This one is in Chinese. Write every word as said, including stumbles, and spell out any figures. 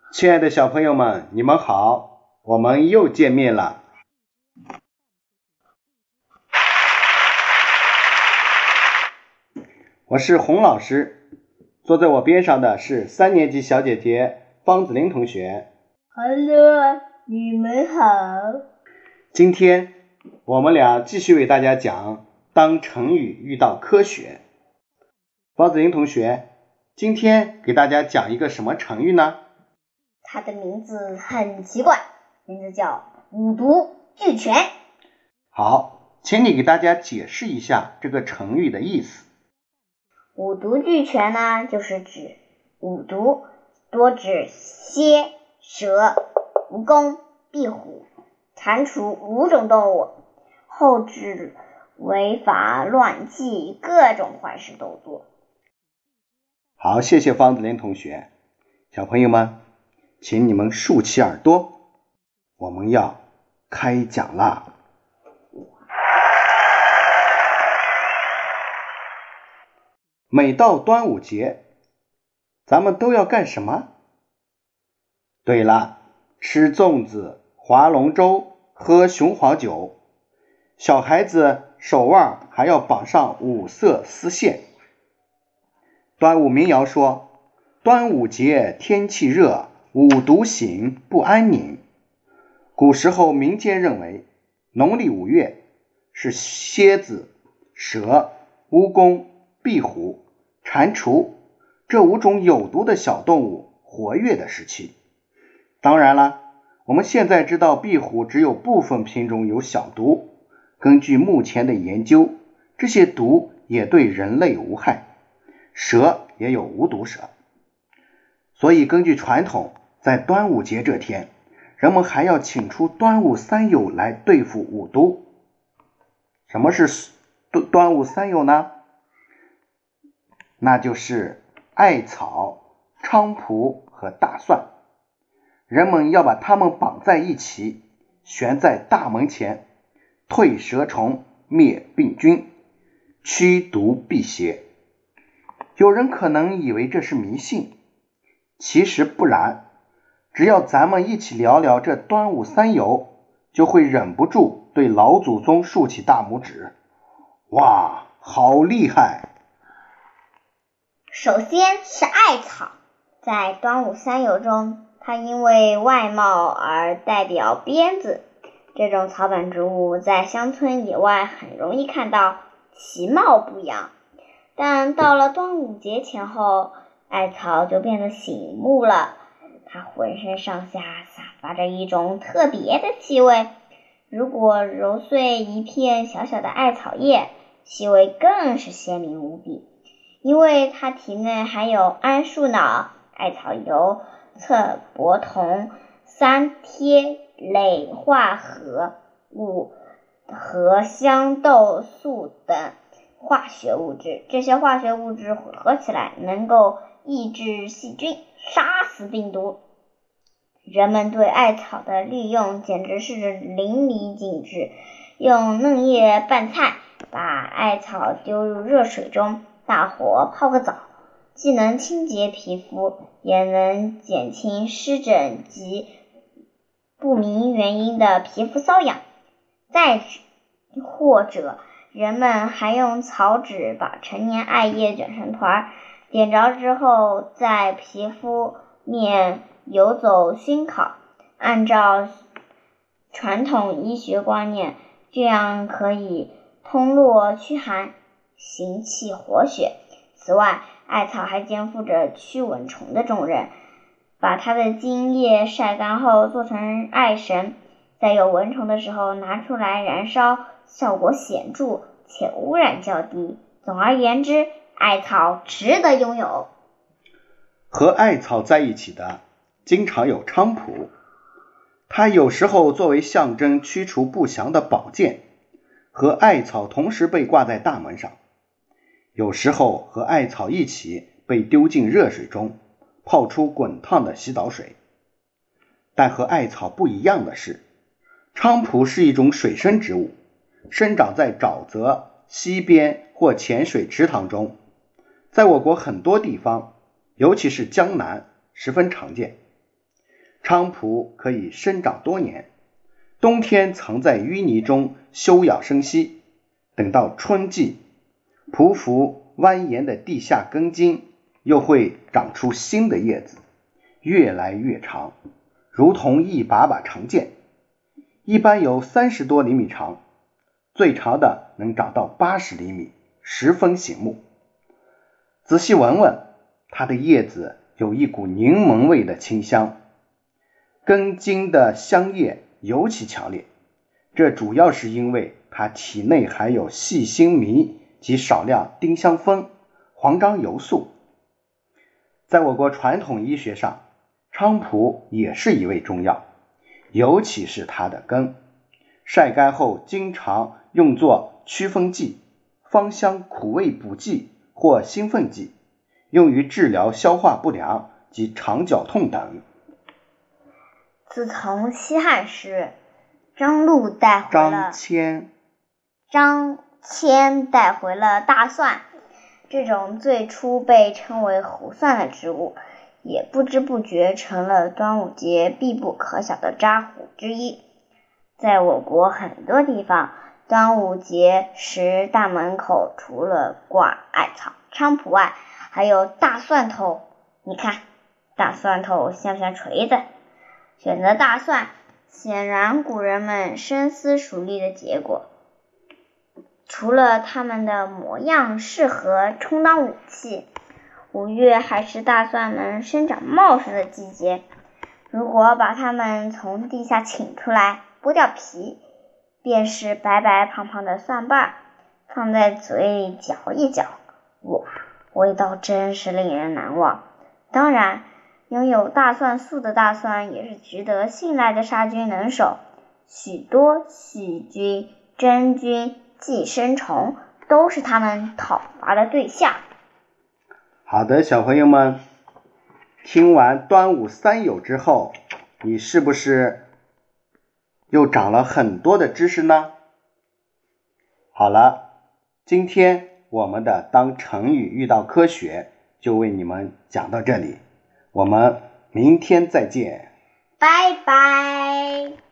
亲爱的小朋友们，你们好，我们又见面了。我是洪老师，坐在我边上的是三年级小姐姐方子玲同学。 Hello， 你们好。 今天我们俩继续为大家讲当成语遇到科学。方子玲同学，今天给大家讲一个什么成语呢？ 它的名字很奇怪，名字叫五毒俱全。 好，请你给大家解释一下这个成语的意思。 五毒俱全呢，就是指五毒，多指蝎、蛇、蜈蚣、壁虎、蟾蜍五种动物，后指违法乱纪，各种坏事都做。 好，谢谢方子玲同学。小朋友们，请你们竖起耳朵，我们要开讲啦。每到端午节，咱们都要干什么？对了，吃粽子、划龙舟、喝雄黄酒。小孩子手腕还要绑上五色丝线。端午民谣说，端午节天气热，五毒醒不安宁。古时候民间认为，农历五月是蝎子、蛇、蜈蚣、壁虎、蟾蜍这五种有毒的小动物活跃的时期。当然了，我们现在知道壁虎只有部分品种有小毒，根据目前的研究，这些毒也对人类无害，蛇也有无毒蛇。所以根据传统，在端午节这天，人们还要请出端午三友来对付五毒。什么是端午三友呢？那就是艾草、菖蒲和大蒜。人们要把它们绑在一起，悬在大门前，退蛇虫，灭病菌，驱毒辟邪。有人可能以为这是迷信，其实不然，只要咱们一起聊聊这端午三友，就会忍不住对老祖宗竖起大拇指。哇，好厉害！ 首先是艾草，在端午三友中，它因为外貌而代表鞭子。这种草本植物在乡村野外很容易看到，其貌不扬。但到了端午节前后，艾草就变得醒目了，它浑身上下散发着一种特别的气味。如果揉碎一片小小的艾草叶，气味更是鲜明无比。因为它体内含有桉树脑、艾草油、侧柏酮、三萜类化合物和香豆素等化学物质，这些化学物质混合起来能够抑制细菌，杀死病毒。人们对艾草的利用简直是淋漓尽致，用嫩叶拌菜，把艾草丢入热水中，大火泡个澡，既能清洁皮肤，也能减轻湿疹及不明原因的皮肤瘙痒。再或者人们还用草纸把成年艾叶卷成团，点着之后在皮肤面游走熏烤，按照传统医学观念，这样可以通络驱寒，行气活血。此外，艾草还肩负着驱蚊虫的重任，把它的茎叶晒干后做成艾绳，在有蚊虫的时候拿出来燃烧，效果显著且污染较低。总而言之，艾草值得拥有。 和艾草在一起的经常有菖蒲，它有时候作为象征驱除不祥的宝剑，和艾草同时被挂在大门上，有时候和艾草一起被丢进热水中，泡出滚烫的洗澡水。但和艾草不一样的是，菖蒲是一种水生植物，生长在沼泽、溪边或浅水池塘中，在我国很多地方，尤其是江南，十分常见。 菖蒲可以生长多年，冬天藏在淤泥中休养生息，等到春季，匍匐蜿蜒的地下根茎又会长出新的叶子，越来越长，如同一把把长剑，一般有三十多厘米长，最长的能长到八十厘米，十分醒目。仔细闻闻，它的叶子有一股柠檬味的清香，根茎的香叶尤其强烈，这主要是因为它体内含有细辛醚及少量丁香酚、黄樟油素。在我国传统医学上，菖蒲也是一味中药，尤其是它的根，晒干后经常用作祛风剂、芳香苦味补剂或兴奋剂，用于治疗消化不良及肠绞痛等。 自从西汉时，张禄带回了张骞张骞带回了大蒜，这种最初被称为胡蒜的植物，也不知不觉成了端午节必不可少的扎胡之一。在我国很多地方，端午节时大门口除了挂艾草、菖蒲外，还有大蒜头。你看，大蒜头像不像锤子？选择大蒜，显然古人们深思熟虑的结果。除了它们的模样适合充当武器，五月还是大蒜们生长茂盛的季节。如果把它们从地下请出来，剥掉皮，便是白白胖胖的蒜瓣，放在嘴里嚼一嚼，哇，味道真是令人难忘。当然，拥有大蒜素的大蒜也是值得信赖的杀菌能手，许多细菌、真菌、寄生虫都是它们讨伐的对象。 好的，小朋友们，听完端午三友之后，你是不是又长了很多的知识呢？好了，今天我们的当成语遇到科学就为你们讲到这里，我们明天再见， 拜拜。